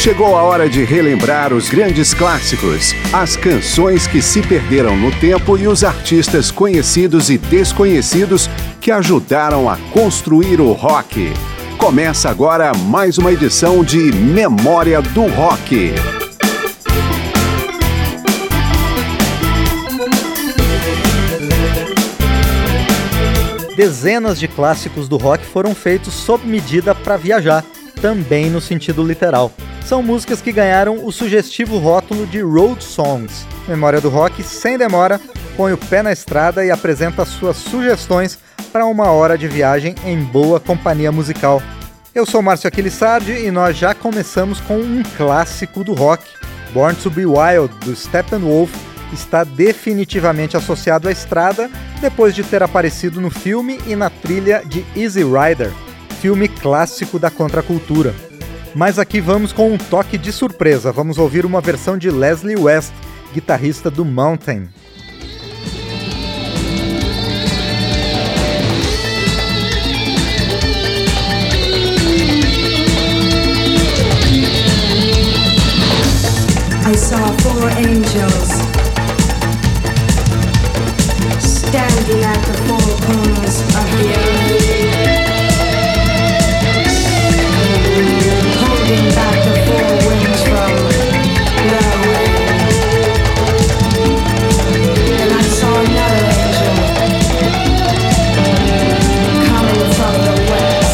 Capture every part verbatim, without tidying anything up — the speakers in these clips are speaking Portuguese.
Chegou a hora de relembrar os grandes clássicos, as canções que se perderam no tempo e os artistas conhecidos e desconhecidos que ajudaram a construir o rock. Começa agora mais uma edição de Memória do Rock. Dezenas de clássicos do rock foram feitos sob medida para viajar, também no sentido literal. São músicas que ganharam o sugestivo rótulo de Road Songs. Memória do Rock, sem demora, põe o pé na estrada e apresenta suas sugestões para uma hora de viagem em boa companhia musical. Eu sou Márcio Aquilissardi e nós já começamos com um clássico do rock. Born to Be Wild, do Steppenwolf, está definitivamente associado à estrada depois de ter aparecido no filme e na trilha de Easy Rider, filme clássico da contracultura. Mas aqui vamos com um toque de surpresa. Vamos ouvir uma versão de Leslie West, guitarrista do Mountain. I saw four angels standing at the four corners of the earth, holding back the four winds from blowing. And I saw another angel coming from the west.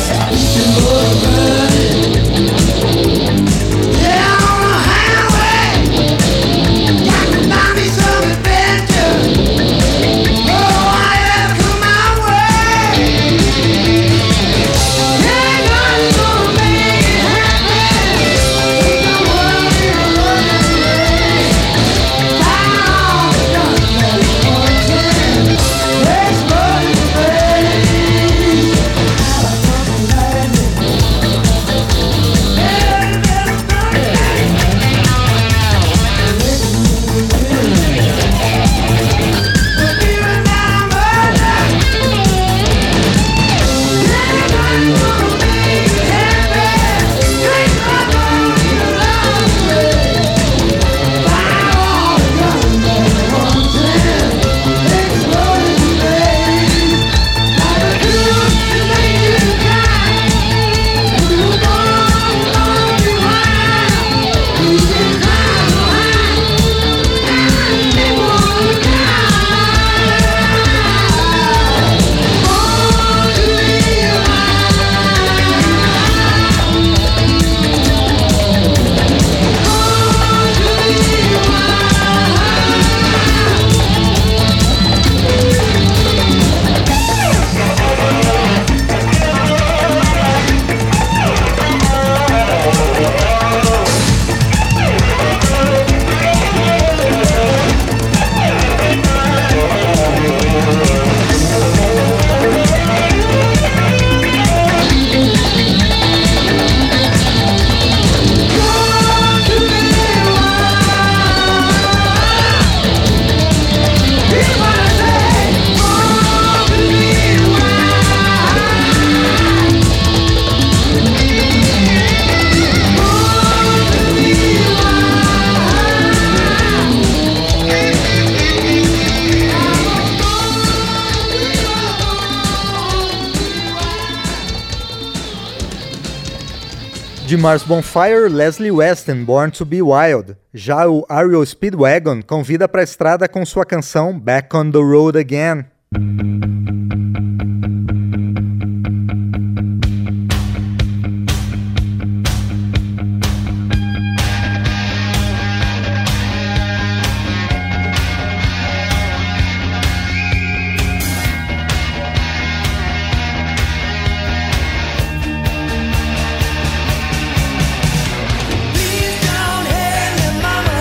De Mars Bonfire, Leslie West em Born to Be Wild. Já o R E O Speedwagon convida para a estrada com sua canção Back on the Road Again.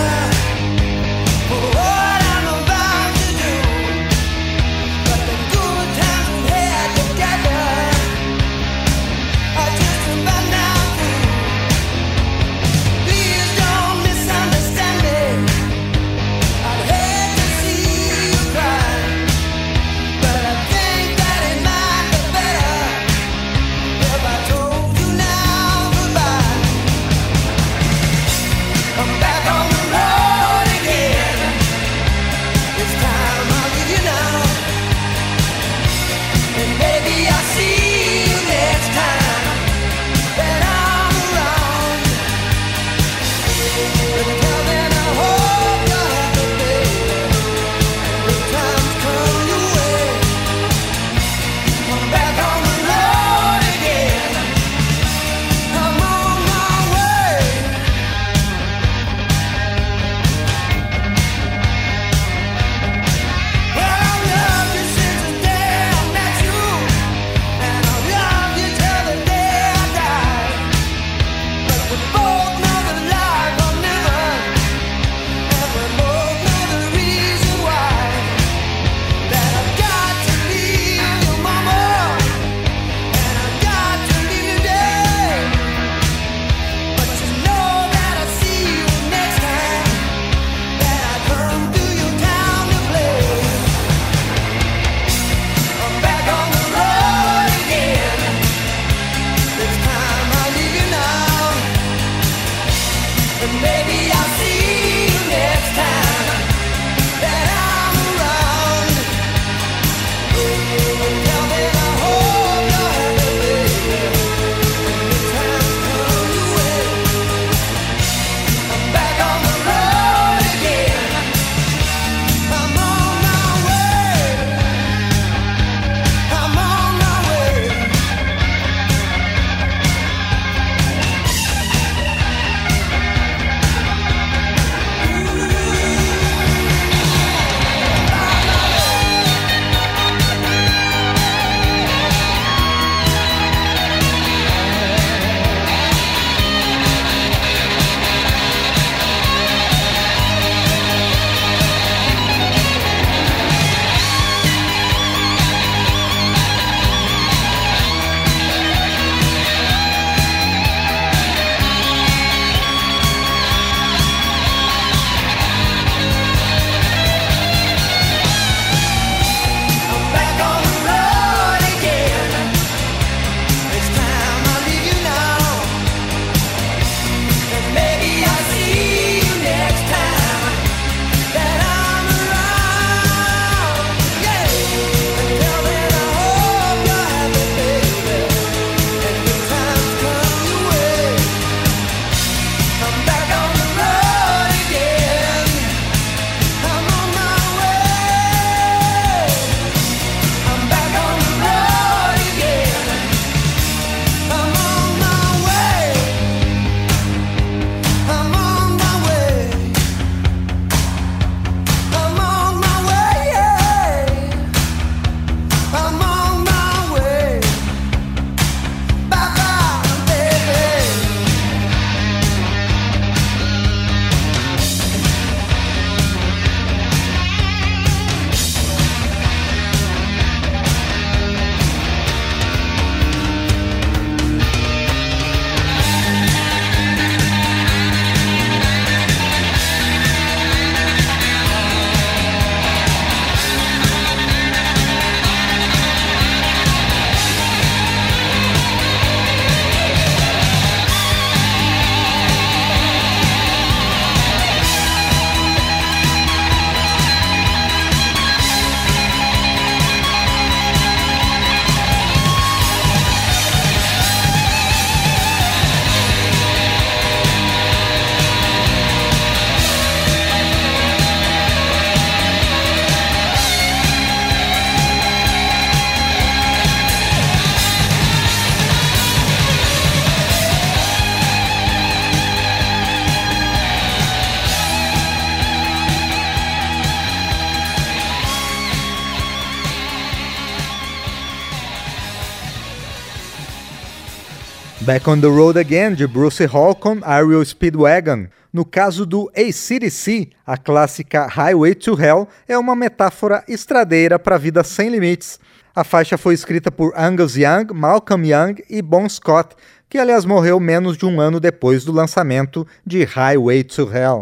What I'm about to do, but the good Back on the Road Again, de Bruce Hall com Aerial Speedwagon. No caso do A C D C, a clássica Highway to Hell é uma metáfora estradeira para a vida sem limites. A faixa foi escrita por Angus Young, Malcolm Young e Bon Scott, que aliás morreu menos de um ano depois do lançamento de Highway to Hell.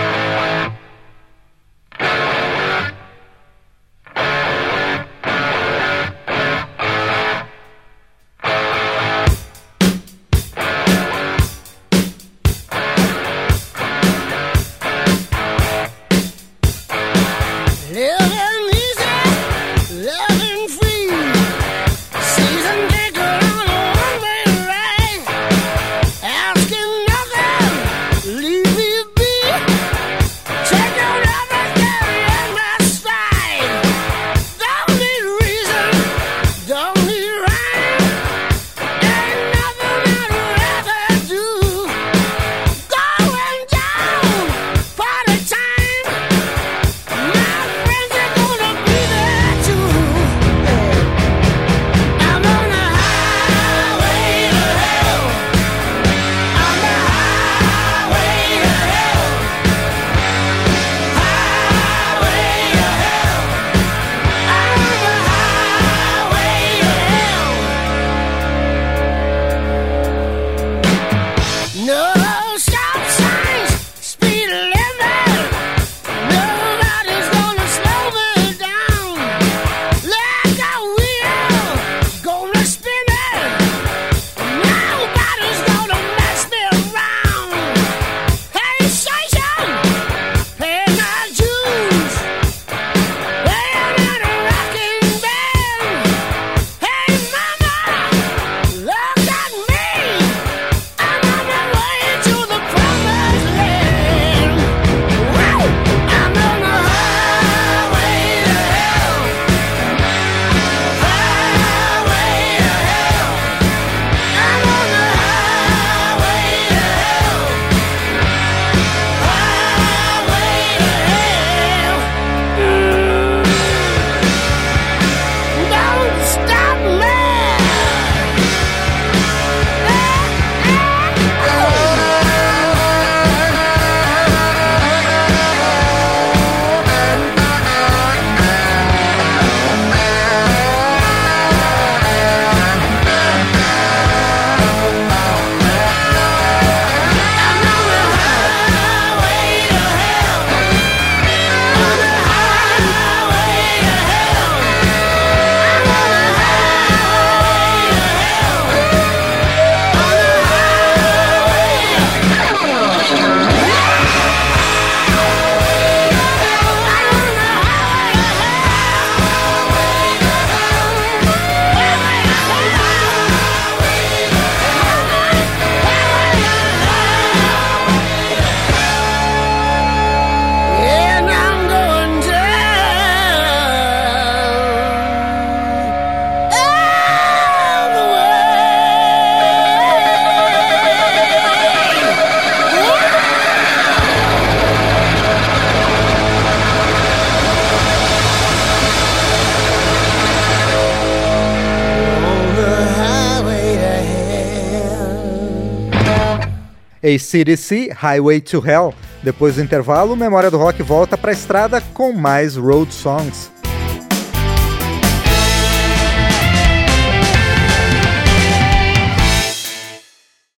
A C D C, Highway to Hell. Depois do intervalo, Memória do Rock volta para a estrada com mais road songs.